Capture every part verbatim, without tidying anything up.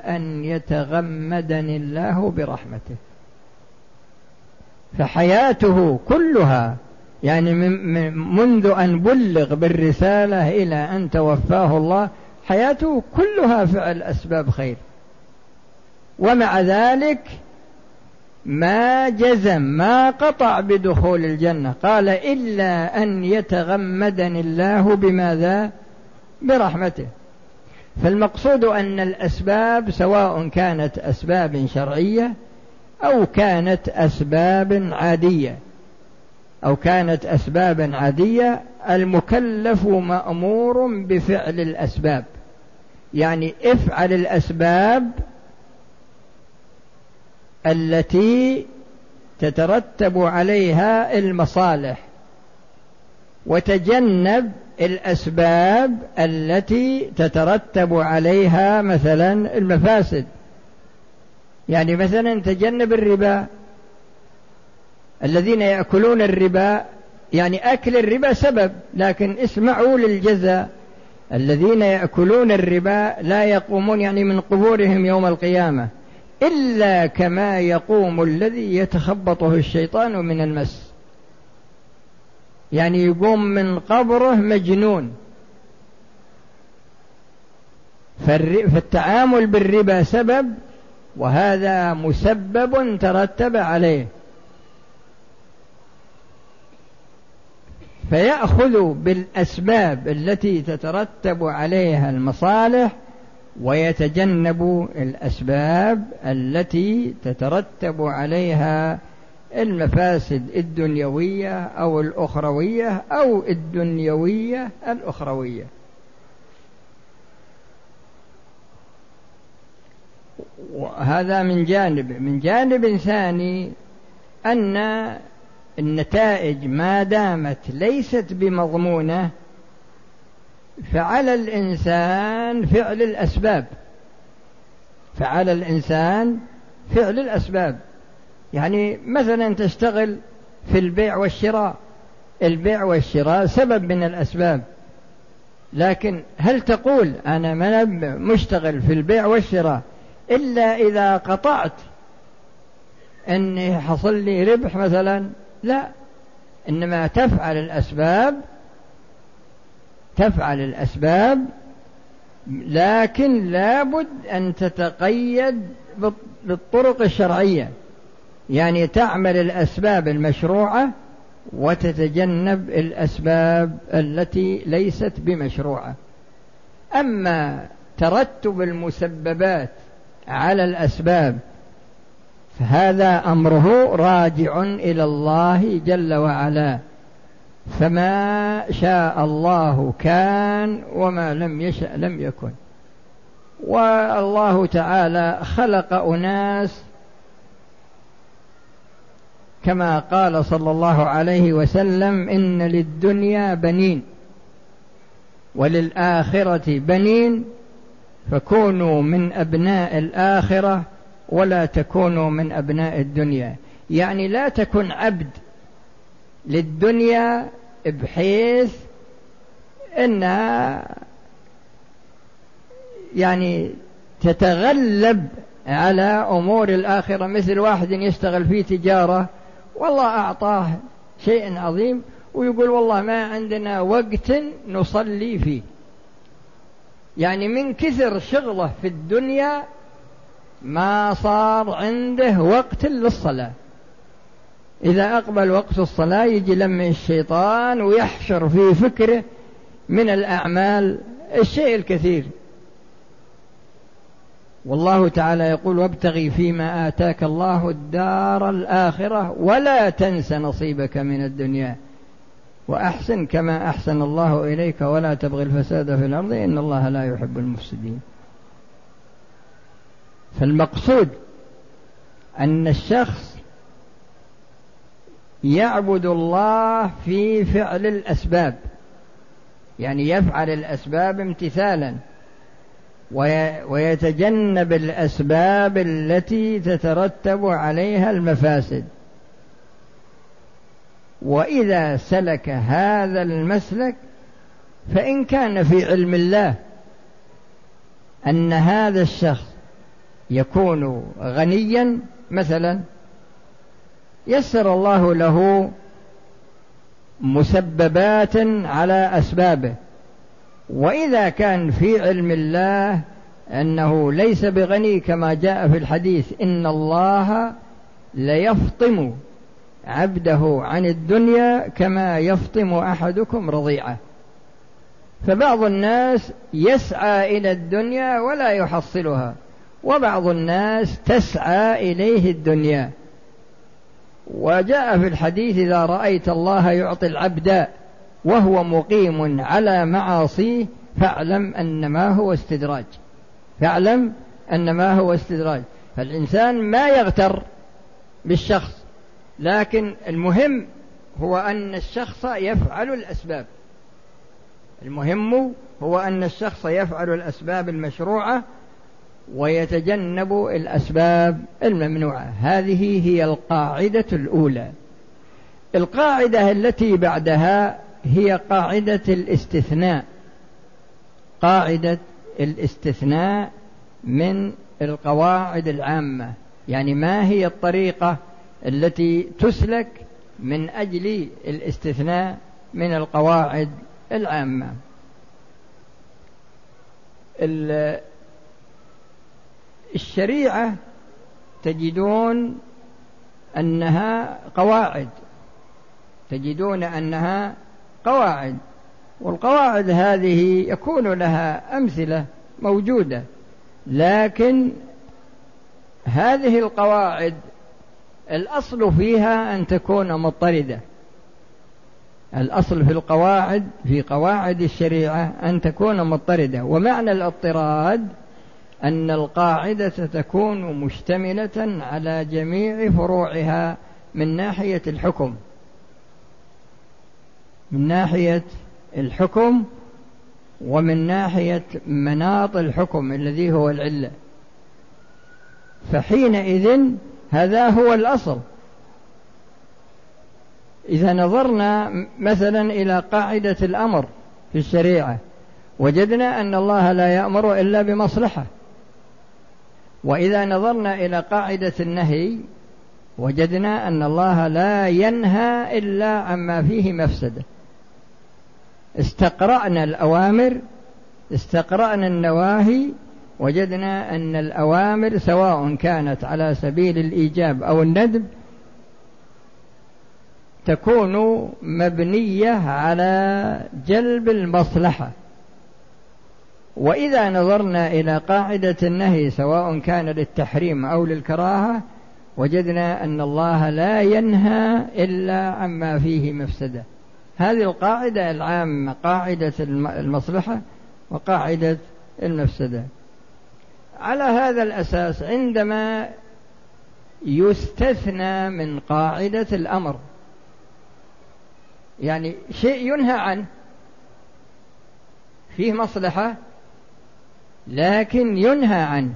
أن يتغمدني الله برحمته. فحياته كلها يعني منذ أن بلغ بالرسالة إلى أن توفاه الله حياته كلها فعل أسباب خير، ومع ذلك ما جزم ما قطع بدخول الجنة، قال إلا أن يتغمدني الله بماذا؟ برحمته. فالمقصود أن الأسباب سواء كانت أسباب شرعية أو كانت أسباب عادية أو كانت أسباب عادية المكلف مأمور بفعل الأسباب، يعني افعل الأسباب التي تترتب عليها المصالح، وتجنب الأسباب التي تترتب عليها مثلا المفاسد. يعني مثلا تجنب الربا، الذين يأكلون الربا يعني أكل الربا سبب، لكن اسمعوا للجزاء، الذين يأكلون الربا لا يقومون يعني من قبورهم يوم القيامة إلا كما يقوم الذي يتخبطه الشيطان من المس، يعني يقوم من قبره مجنون. فالتعامل بالربا سبب، وهذا مسبب ترتب عليه، فيأخذ بالأسباب التي تترتب عليها المصالح ويتجنب الأسباب التي تترتب عليها المفاسد الدنيوية أو الأخروية أو الدنيوية الأخروية. وهذا من جانب. من جانب ثاني أن النتائج ما دامت ليست بمضمونة فعلى الإنسان فعل الأسباب، فعلى الإنسان فعل الأسباب. يعني مثلا تشتغل في البيع والشراء، البيع والشراء سبب من الأسباب، لكن هل تقول أنا ما مشتغل في البيع والشراء إلا إذا قطعت أن حصل لي ربح مثلا؟ لا، إنما تفعل الأسباب، تفعل الأسباب، لكن لابد أن تتقيد بالطرق الشرعية، يعني تعمل الأسباب المشروعة وتتجنب الأسباب التي ليست بمشروعة. أما ترتب المسببات على الأسباب فهذا أمره راجع إلى الله جل وعلا، فما شاء الله كان وما لم يشأ لم يكن. والله تعالى خلق أناس كما قال صلى الله عليه وسلم إن للدنيا بنين وللآخرة بنين فكونوا من أبناء الآخرة ولا تكونوا من أبناء الدنيا. يعني لا تكن عبد للدنيا بحيث أنها يعني تتغلب على أمور الآخرة، مثل واحد يشتغل في تجارة والله أعطاه شيء عظيم ويقول والله ما عندنا وقت نصلي فيه، يعني من كثر شغله في الدنيا ما صار عنده وقت للصلاة. إذا أقبل وقت الصلاة يجي لم الشيطان ويحشر في فكره من الأعمال الشيء الكثير. والله تعالى يقول وابتغي فيما آتاك الله الدار الآخرة ولا تنس نصيبك من الدنيا وأحسن كما أحسن الله إليك ولا تبغي الفساد في الأرض إن الله لا يحب المفسدين. فالمقصود أن الشخص يعبد الله في فعل الأسباب، يعني يفعل الأسباب امتثالا ويتجنب الأسباب التي تترتب عليها المفاسد. وإذا سلك هذا المسلك فإن كان في علم الله أن هذا الشخص يكون غنيا مثلا يسر الله له مسببات على أسبابه، وإذا كان في علم الله أنه ليس بغني كما جاء في الحديث إن الله ليفطم عبده عن الدنيا كما يفطم أحدكم رضيعه، فبعض الناس يسعى إلى الدنيا ولا يحصلها، وبعض الناس تسعى إليه الدنيا. وجاء في الحديث إذا رأيت الله يعطي العبد وهو مقيم على معاصيه فاعلم أن ما هو استدراج، فاعلم أن ما هو استدراج. فالإنسان ما يغتر بالشخص، لكن المهم هو أن الشخص يفعل الأسباب، المهم هو أن الشخص يفعل الأسباب المشروعة ويتجنب الأسباب الممنوعة. هذه هي القاعدة الأولى. القاعدة التي بعدها هي قاعدة الاستثناء، قاعدة الاستثناء من القواعد العامة. يعني ما هي الطريقة التي تسلك من أجل الاستثناء من القواعد العامة؟ الشريعة تجدون أنها قواعد، تجدون أنها قواعد، والقواعد هذه يكون لها أمثلة موجودة، لكن هذه القواعد الأصل فيها أن تكون مضطردة. الأصل في القواعد في قواعد الشريعة أن تكون مضطردة، ومعنى الاضطراد أن القاعدة تكون مشتملة على جميع فروعها من ناحية الحكم، من ناحية الحكم ومن ناحية مناط الحكم الذي هو العلة، فحينئذ هذا هو الأصل. إذا نظرنا مثلا إلى قاعدة الأمر في الشريعة وجدنا أن الله لا يأمر إلا بمصلحة، وإذا نظرنا إلى قاعدة النهي وجدنا أن الله لا ينهى إلا عما فيه مفسدة. استقرأنا الأوامر، استقرأنا النواهي، وجدنا أن الأوامر سواء كانت على سبيل الإيجاب أو الندب تكون مبنية على جلب المصلحة. وإذا نظرنا إلى قاعدة النهي سواء كان للتحريم أو للكراهة وجدنا أن الله لا ينهى إلا عما فيه مفسدة. هذه القاعدة العامة، قاعدة المصلحة وقاعدة المفسدة. على هذا الأساس عندما يستثنى من قاعدة الأمر، يعني شيء ينهى عنه فيه مصلحة لكن ينهى عنه،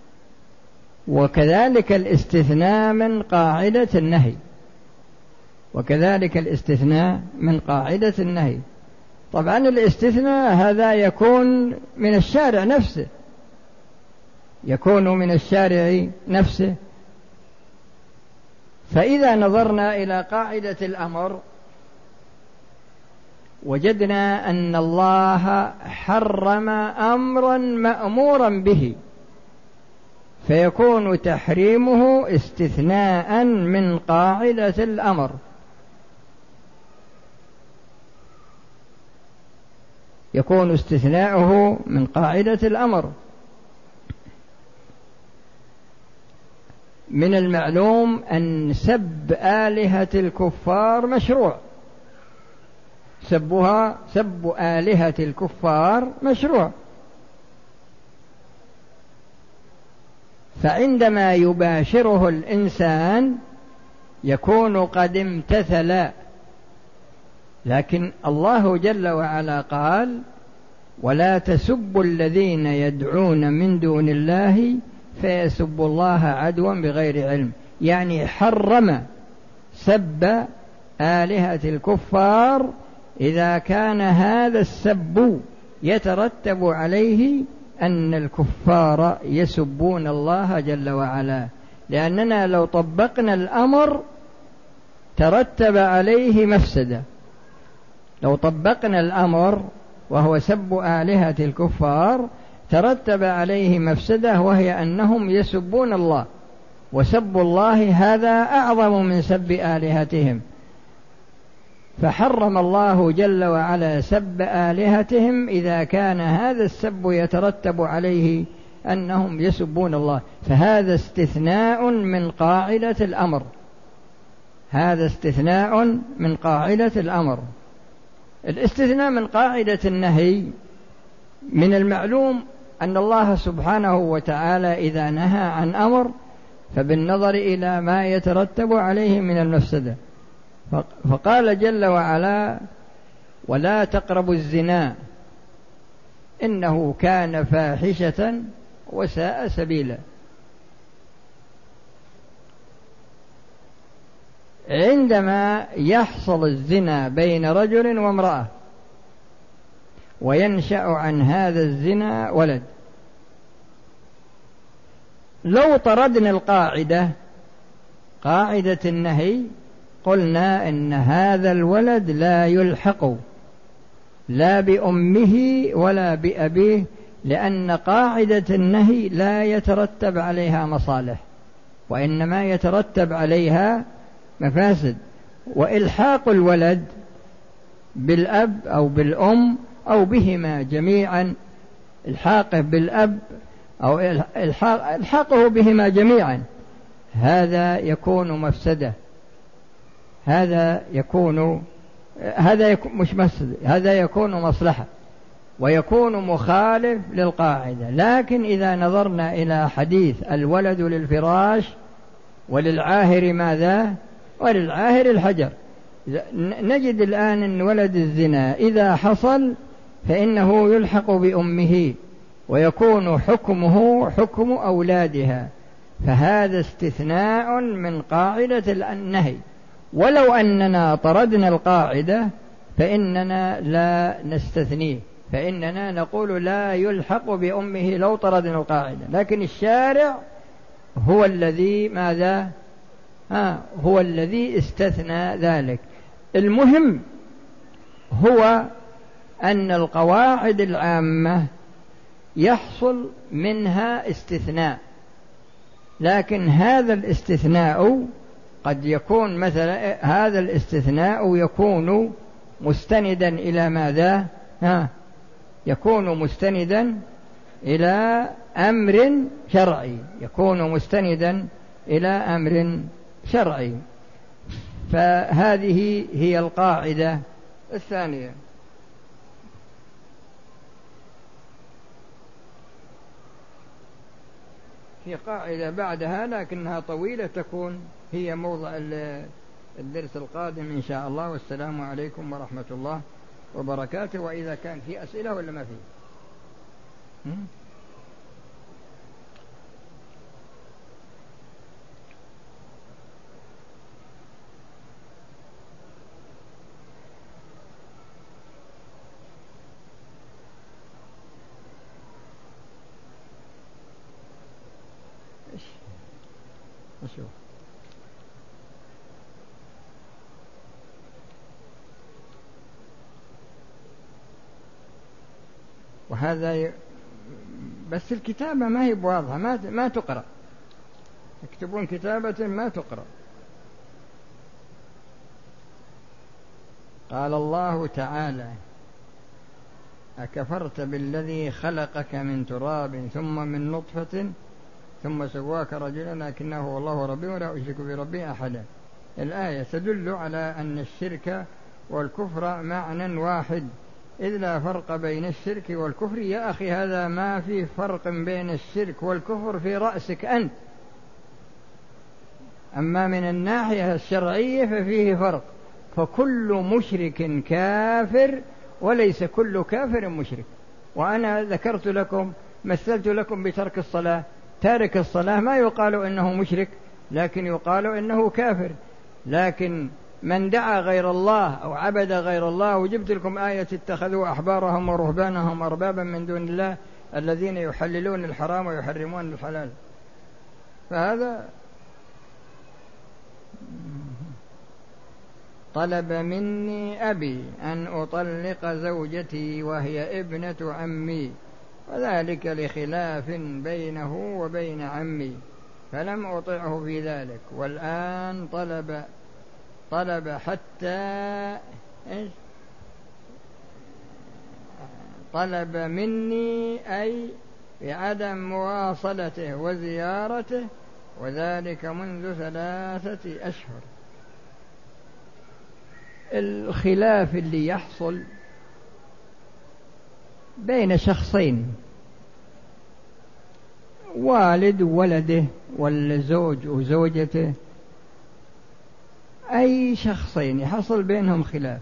وكذلك الاستثناء من قاعدة النهي، وكذلك الاستثناء من قاعدة النهي. طبعا الاستثناء هذا يكون من الشارع نفسه، يكون من الشارع نفسه. فإذا نظرنا إلى قاعدة الأمر وجدنا أن الله حرم أمرا مأمورا به، فيكون تحريمه استثناء من قاعدة الأمر، يكون استثناؤه من قاعدة الأمر. من المعلوم أن سب آلهة الكفار مشروع، سبها سب آلهة الكفار مشروع، فعندما يباشره الإنسان يكون قد امتثل. لكن الله جل وعلا قال: ولا تسبوا الذين يدعون من دون الله فيسبوا الله عدوا بغير علم، يعني حرم سب آلهة الكفار إذا كان هذا السب يترتب عليه أن الكفار يسبون الله جل وعلا، لأننا لو طبقنا الأمر ترتب عليه مفسدة. لو طبقنا الأمر وهو سب آلهة الكفار ترتب عليه مفسدة، وهي أنهم يسبون الله، وسب الله هذا أعظم من سب آلهتهم، فحرم الله جل وعلا سب آلهتهم إذا كان هذا السب يترتب عليه أنهم يسبون الله. فهذا استثناء من قاعدة الأمر، هذا استثناء من قاعدة الأمر. الاستثناء من قاعدة النهي من المعلوم أن الله سبحانه وتعالى إذا نهى عن أمر فبالنظر إلى ما يترتب عليه من المفسدة، فقال جل وعلا: ولا تقربوا الزنا إنه كان فاحشة وساء سبيلا. عندما يحصل الزنا بين رجل وامرأة وينشأ عن هذا الزنا ولد، لو طردنا القاعدة قاعدة النهي قلنا إن هذا الولد لا يلحق لا بأمه ولا بأبيه، لأن قاعدة النهي لا يترتب عليها مصالح وإنما يترتب عليها مفاسد. وإلحاق الولد بالأب أو بالأم أو بهما جميعا، إلحاقه بالأب أو إلحاقه بهما جميعا، هذا يكون مفسدة، هذا يكون هذا يكون مش مفسدة، هذا يكون مصلحة ويكون مخالف للقاعدة. لكن إذا نظرنا إلى حديث الولد للفراش وللعاهر ماذا؟ وللعاهر الحجر، نجد الآن أن ولد الزنا إذا حصل فإنه يلحق بأمه ويكون حكمه حكم أولادها، فهذا استثناء من قاعدة النهي. ولو أننا طردنا القاعدة فإننا لا نستثنيه، فإننا نقول لا يلحق بأمه لو طردنا القاعدة، لكن الشارع هو الذي ماذا؟ ها هو الذي استثنى ذلك. المهم هو أن القواعد العامة يحصل منها استثناء، لكن هذا الاستثناء قد يكون مثلا هذا الاستثناء يكون مستندا إلى ماذا؟ ها يكون مستندا إلى أمر شرعي، يكون مستندا إلى أمر شرعي. فهذه هي القاعدة الثانية. في قاعدة بعدها لكنها طويلة تكون هي موضع الدرس القادم إن شاء الله. والسلام عليكم ورحمة الله وبركاته. وإذا كان في أسئلة ولا ما في؟ أشوف. وهذا ي... بس الكتابة ما هي بواضحة، ما ما تقرأ، يكتبون كتابة ما تقرأ. قال الله تعالى: أكفرت بالذي خلقك من تراب ثم من نطفة ثم سواك رجلا لكنه هو الله ربي ولا أشرك بربي أحدا. الآية تدل على أن الشرك والكفر معنى واحد، إذ لا فرق بين الشرك والكفر. يا أخي هذا ما في فرق بين الشرك والكفر في رأسك أنت، أما من الناحية الشرعية ففيه فرق، فكل مشرك كافر وليس كل كافر مشرك. وأنا ذكرت لكم مثلت لكم بترك الصلاة، تارك الصلاة ما يقال إنه مشرك لكن يقال إنه كافر. لكن من دعا غير الله أو عبد غير الله، وجبت لكم آية اتخذوا أحبارهم ورهبانهم أربابا من دون الله، الذين يحللون الحرام ويحرمون الحلال. فهذا طلب مني أبي أن أطلق زوجتي وهي ابنة عمي، وذلك لخلاف بينه وبين عمي، فلم أطعه في ذلك. والآن طلب طلب حتى طلب مني أي بعدم مواصلته وزيارته، وذلك منذ ثلاثة أشهر. الخلاف اللي يحصل بين شخصين، والد وولده والزوج وزوجته، أي شخصين يحصل بينهم خلاف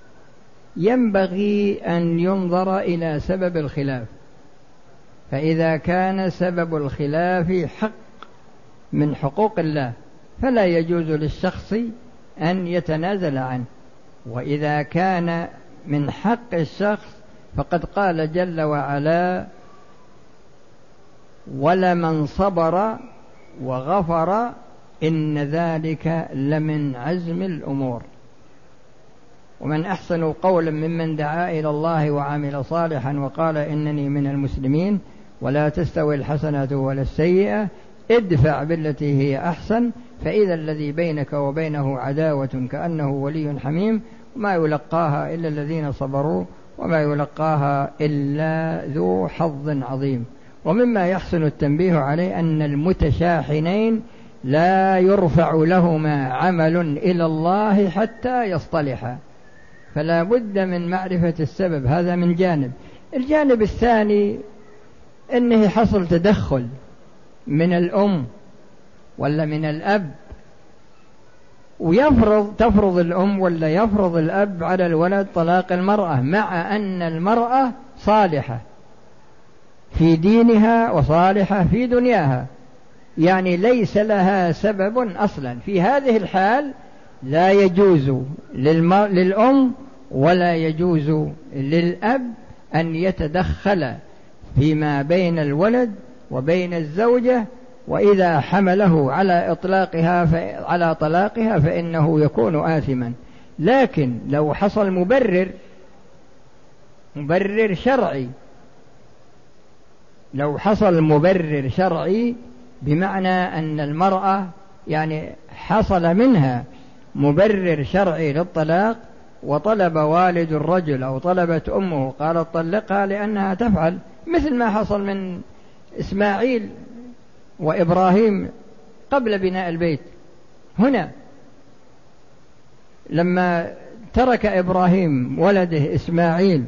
ينبغي أن ينظر إلى سبب الخلاف، فإذا كان سبب الخلاف حق من حقوق الله فلا يجوز للشخص أن يتنازل عنه، وإذا كان من حق الشخص فقد قال جل وعلا: ولمن صبر وغفر إن ذلك لمن عزم الأمور. ومن أحسن قولا ممن دعا إلى الله وعمل صالحا وقال إنني من المسلمين ولا تستوي الحسنة ولا السيئة ادفع بالتي هي أحسن فإذا الذي بينك وبينه عداوة كأنه ولي حميم وما يلقاها إلا الذين صبروا وما يلقاها إلا ذو حظ عظيم. ومما يحسن التنبيه عليه أن المتشاحنين لا يرفع لهما عمل إلى الله حتى يصطلحا، فلا بد من معرفة السبب. هذا من جانب. الجانب الثاني أنه حصل تدخل من الأم ولا من الأب، ويفرض تفرض الأم ولا يفرض الأب على الولد طلاق المرأة، مع أن المرأة صالحة في دينها وصالحة في دنياها، يعني ليس لها سبب أصلا. في هذه الحال لا يجوز للأم ولا يجوز للأب أن يتدخل فيما بين الولد وبين الزوجة، وإذا حمله على إطلاقها على طلاقها فإنه يكون آثما. لكن لو حصل مبرر مبرر شرعي لو حصل مبرر شرعي بمعنى أن المرأة يعني حصل منها مبرر شرعي للطلاق، وطلب والد الرجل أو طلبت أمه قالت طلقها لأنها تفعل، مثل ما حصل من إسماعيل وإبراهيم قبل بناء البيت. هنا لما ترك إبراهيم ولده إسماعيل،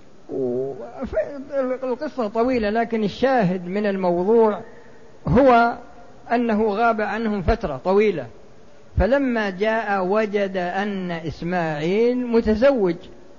القصة طويلة لكن الشاهد من الموضوع هو أنه غاب عنهم فترة طويلة، فلما جاء وجد أن إسماعيل متزوج،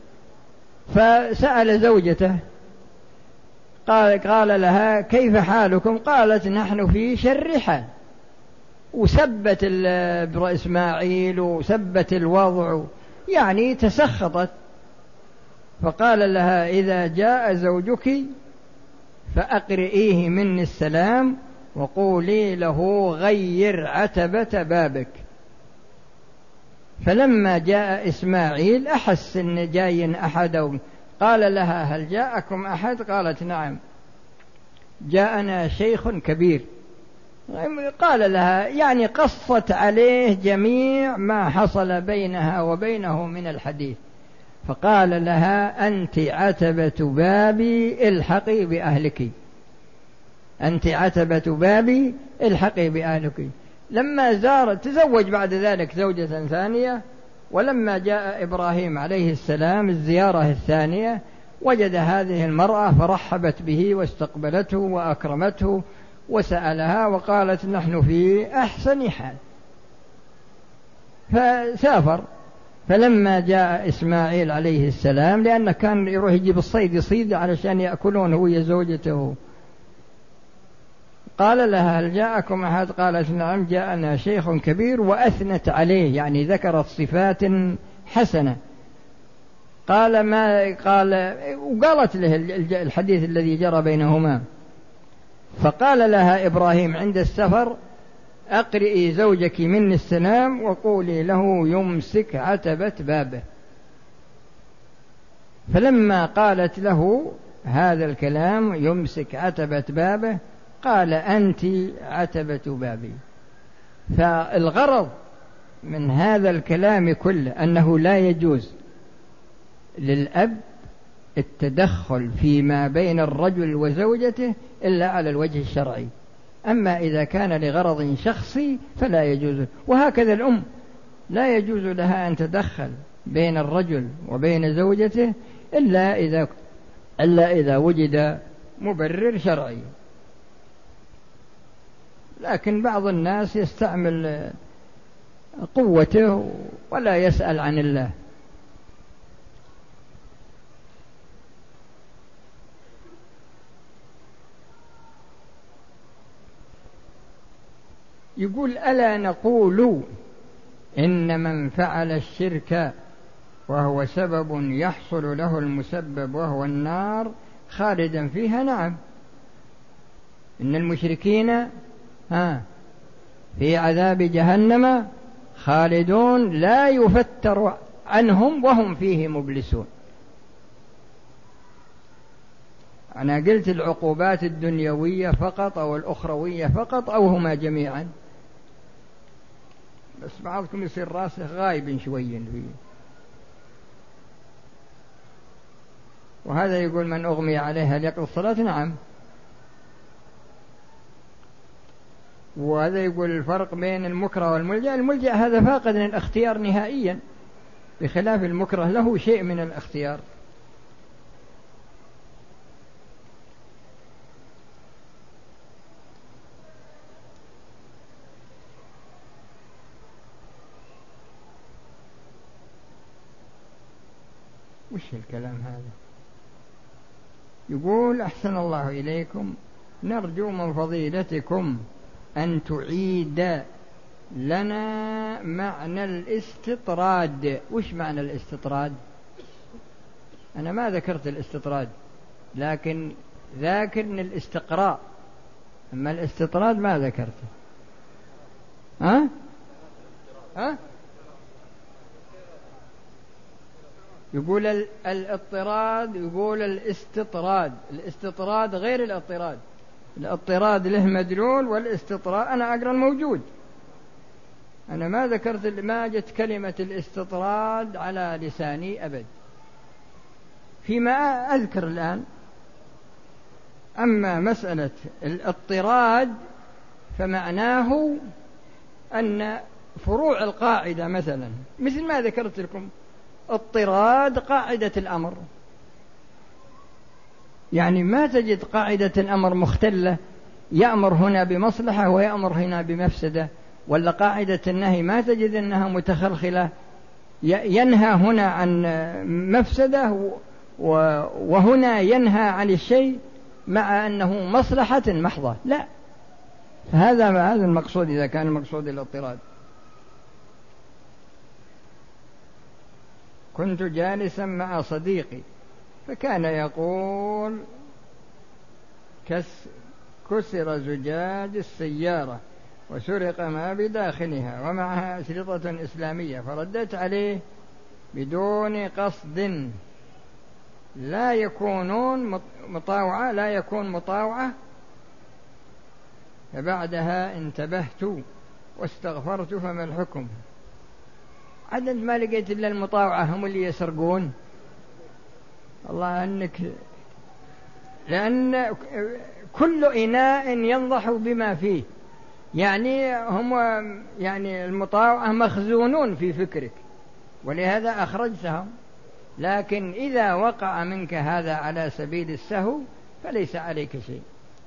فسأل زوجته قال, قال لها: كيف حالكم؟ قالت: نحن في شر حال. وسبت إسماعيل وسبت الوضع، يعني تسخطت. فقال لها: إذا جاء زوجك فأقرئيه مني السلام وقولي له غير عتبة بابك. فلما جاء إسماعيل أحس إن جاي أحد، قال لها: هل جاءكم أحد؟ قالت: نعم، جاءنا شيخ كبير. قال لها، يعني قصت عليه جميع ما حصل بينها وبينه من الحديث. فقال لها: أنت عتبة بابي الحقي بأهلك، أنت عتبة بابي الحقي بأهلك. لما زار تزوج بعد ذلك زوجة ثانية، ولما جاء إبراهيم عليه السلام الزيارة الثانية وجد هذه المرأة فرحبت به واستقبلته وأكرمته وسألها وقالت: نحن في أحسن حال. فسافر. فلما جاء إسماعيل عليه السلام، لأنه كان يروح يجيب الصيد يصيد علشان يأكلون هو زوجته، قال لها: هل جاءكم أحد؟ قالت: نعم، جاءنا شيخ كبير، وأثنت عليه، يعني ذكرت صفات حسنة. قال ما قال، وقالت له الحديث الذي جرى بينهما. فقال لها إبراهيم عند السفر: أقرئي زوجك مني السلام وقولي له يمسك عتبة بابه. فلما قالت له هذا الكلام يمسك عتبة بابه قال: أنت عتبة بابي. فالغرض من هذا الكلام كله أنه لا يجوز للأب التدخل فيما بين الرجل وزوجته إلا على الوجه الشرعي، أما إذا كان لغرض شخصي فلا يجوز. وهكذا الأم لا يجوز لها أن تدخل بين الرجل وبين زوجته إلا إذا إلا إذا وجد مبرر شرعي. لكن بعض الناس يستعمل قوته ولا يسأل عن الله. يقول: ألا نقول إن من فعل الشرك وهو سبب يحصل له المسبب وهو النار خالدا فيها؟ نعم، إن المشركين ها في عذاب جهنم خالدون لا يفتر عنهم وهم فيه مبلسون. أنا قلت العقوبات الدنيوية فقط أو الأخروية فقط أو هما جميعا؟ بس بعضكم يصير راسه غايب شوي فيه. وهذا يقول: من أغمي عليها ليقضي الصلاة. نعم. وهذا يقول: الفرق بين المكره والملجأ. الملجأ هذا فاقد للاختيار نهائيا، بخلاف المكره له شيء من الاختيار. وش الكلام هذا؟ يقول: أحسن الله إليكم، نرجو من فضيلتكم أن تعيد لنا معنى الاستطراد. وش معنى الاستطراد؟ أنا ما ذكرت الاستطراد، لكن ذاكرني الاستقراء، أما الاستطراد ما ذكرته. ها؟ ها؟ يقول الاضطراد، يقول الاستطراد. الاستطراد غير الاضطراد. الاضطراد له مدلول، والاستطراد أنا أقرأ الموجود. أنا ما ذكرت، ما جت كلمة الاستطراد على لساني أبد فيما أذكر الآن. أما مسألة الاضطراد فمعناه أن فروع القاعدة مثلا، مثل ما ذكرت لكم، اضطراد قاعدة الأمر، يعني ما تجد قاعدة الأمر مختلة، يأمر هنا بمصلحة ويأمر هنا بمفسدة. ولا قاعدة النهي ما تجد أنها متخلخلة، ينهى هنا عن مفسدة وهنا ينهى عن الشيء مع أنه مصلحة محضة. لا، فهذا هذا المقصود إذا كان المقصود الاضطراد. كنت جالسا مع صديقي فكان يقول: كس كسر زجاج السيارة وسرق ما بداخلها ومعها أشرطة إسلامية، فردت عليه بدون قصد: لا يكونون مطاوعة لا يكون مطاوعة. فبعدها انتبهت واستغفرت، فما الحكم؟ عدد ما لقيت إلا المطاوعة هم اللي يسرقون. الله أنك، لأن كل إناء ينضح بما فيه، يعني هم يعني المطاوعة مخزونون في فكرك ولهذا أخرجتهم. لكن إذا وقع منك هذا على سبيل السهو فليس عليك شيء.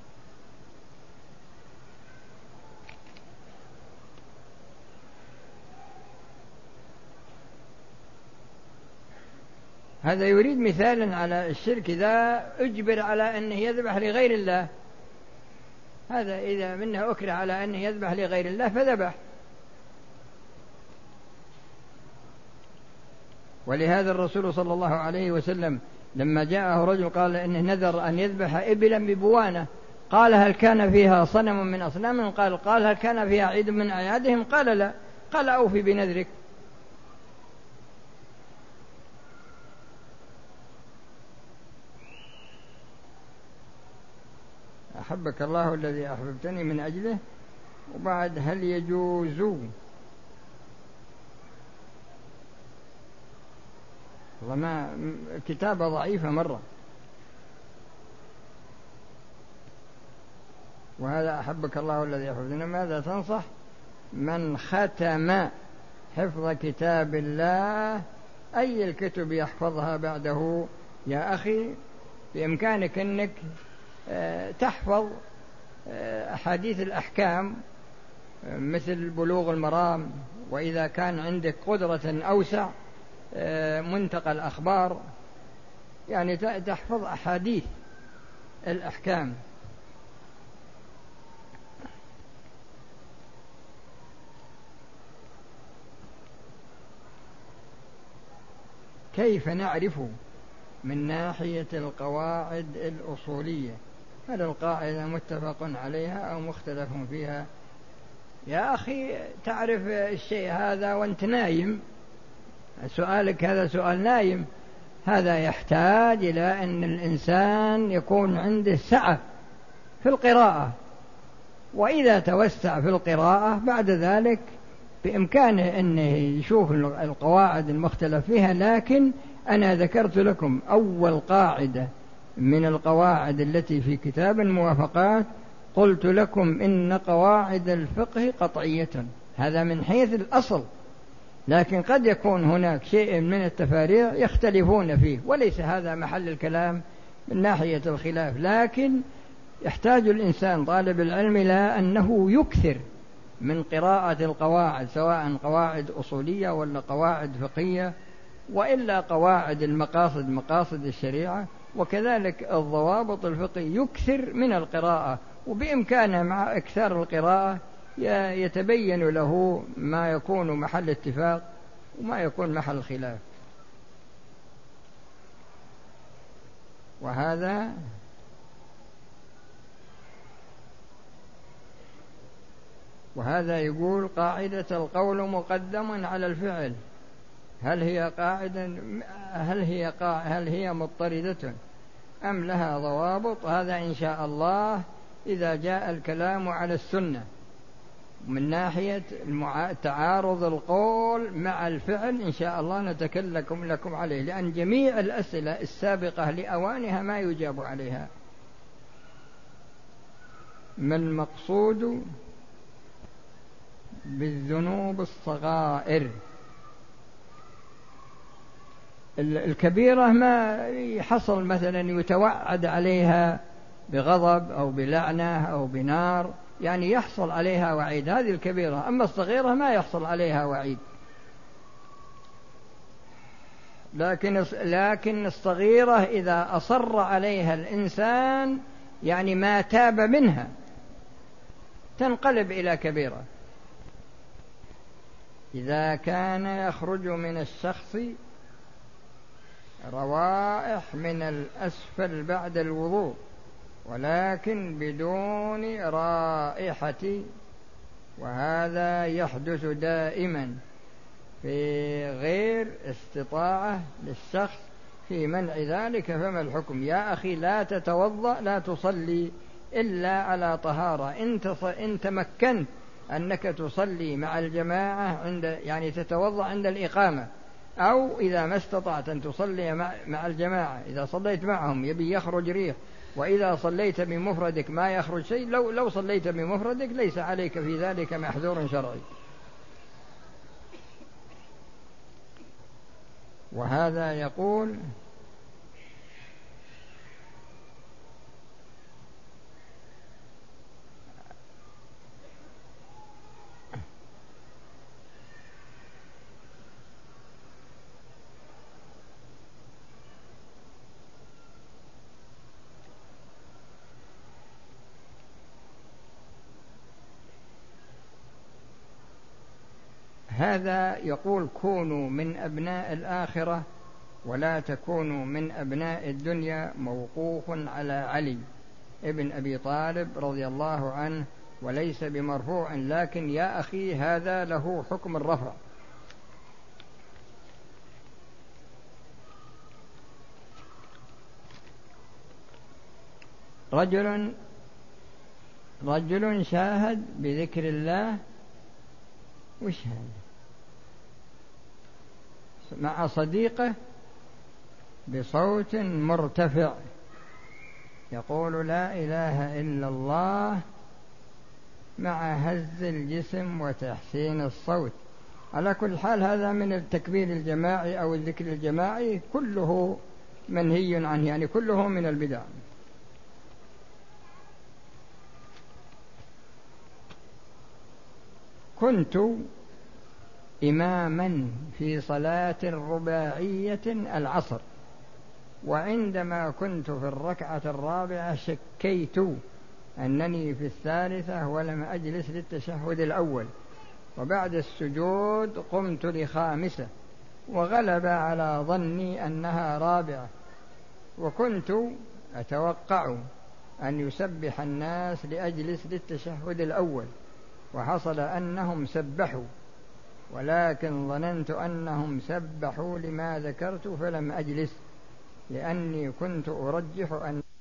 هذا يريد مثالا على الشرك إذا أجبر على أنه يذبح لغير الله. هذا إذا منه أكره على أنه يذبح لغير الله فذبح. ولهذا الرسول صلى الله عليه وسلم لما جاءه رجل قال إنه نذر أن يذبح إبلا ببوانة، قال هل كان فيها صنم من أصنامهم؟ قال قال هل كان فيها عيد من أعيادهم؟ قال لا. قال أوفي بنذرك. أحبك الله الذي أحببتني من أجله. وبعد هل يجوز والله ما كتابة ضعيفة مرة. وهذا أحبك الله الذي أحببتني. ماذا تنصح من ختم حفظ كتاب الله؟ أي الكتب يحفظها بعده؟ يا أخي بإمكانك أنك تحفظ أحاديث الأحكام مثل بلوغ المرام، وإذا كان عندك قدرة أوسع منتقى الأخبار، يعني تحفظ أحاديث الأحكام. كيف نعرف من ناحية القواعد الأصولية هل القاعدة متفق عليها أو مختلف فيها؟ يا أخي تعرف الشيء هذا وأنت نايم، سؤالك هذا سؤال نايم. هذا يحتاج إلى أن الإنسان يكون عنده سعة في القراءة، وإذا توسع في القراءة بعد ذلك بإمكانه أنه يشوف القواعد المختلف فيها. لكن أنا ذكرت لكم أول قاعدة من القواعد التي في كتاب الموافقات، قلت لكم إن قواعد الفقه قطعية، هذا من حيث الأصل، لكن قد يكون هناك شيء من التفاريع يختلفون فيه، وليس هذا محل الكلام من ناحية الخلاف. لكن يحتاج الإنسان طالب العلم إلى أنه يكثر من قراءة القواعد، سواء قواعد أصولية ولا قواعد فقهية، وإلا قواعد المقاصد مقاصد الشريعة، وكذلك الضوابط الفقه يكثر من القراءة. وبإمكانه مع إكثار القراءة يتبين له ما يكون محل اتفاق وما يكون محل خلاف. وهذا وهذا يقول قاعدة القول مقدم على الفعل، هل هي قاعدة هل هي قاع هل هي مضطردة أم لها ضوابط؟ هذا إن شاء الله إذا جاء الكلام على السنة من ناحية تعارض القول مع الفعل إن شاء الله نتكلم لكم عليه، لأن جميع الأسئلة السابقة لأوانها ما يجاب عليها. ما المقصود بالذنوب الصغائر؟ الكبيرة ما يحصل مثلا يتوعد عليها بغضب أو بلعنة أو بنار، يعني يحصل عليها وعيد، هذه الكبيرة. أما الصغيرة ما يحصل عليها وعيد. لكن لكن الصغيرة إذا أصر عليها الإنسان يعني ما تاب منها تنقلب إلى كبيرة. إذا كان يخرج من الشخص روائح من الأسفل بعد الوضوء ولكن بدون رائحة، وهذا يحدث دائما في غير استطاعة للشخص في منع ذلك، فما الحكم؟ يا أخي لا تتوضأ لا تصلي إلا على طهارة. إن تمكنت أنك تصلي مع الجماعة عند يعني تتوضأ عند الإقامة، أو إذا ما استطعت أن تصلي مع الجماعة إذا صليت معهم يبي يخرج ريح، وإذا صليت بمفردك ما يخرج شيء، لو لو صليت بمفردك ليس عليك في ذلك محذور شرعي. وهذا يقول هذا يقول كونوا من أبناء الآخرة ولا تكونوا من أبناء الدنيا، موقوف على علي ابن أبي طالب رضي الله عنه وليس بمرفوع، لكن يا أخي هذا له حكم الرفع. رجل رجل شاهد بذكر الله، وش هذا؟ مع صديقه بصوت مرتفع يقول لا إله إلا الله مع هز الجسم وتحسين الصوت. على كل حال هذا من التكبير الجماعي أو الذكر الجماعي كله منهي عنه، يعني كله من البدع. كنت إماما في صلاة رباعية العصر، وعندما كنت في الركعة الرابعة شكيت أنني في الثالثة ولم أجلس للتشهد الأول، وبعد السجود قمت لخامسة وغلب على ظني أنها رابعة، وكنت أتوقع أن يسبح الناس لأجلس للتشهد الأول، وحصل أنهم سبحوا، ولكن ظننت أنهم سبحوا لما ذكرت فلم أجلس، لأني كنت أرجح أن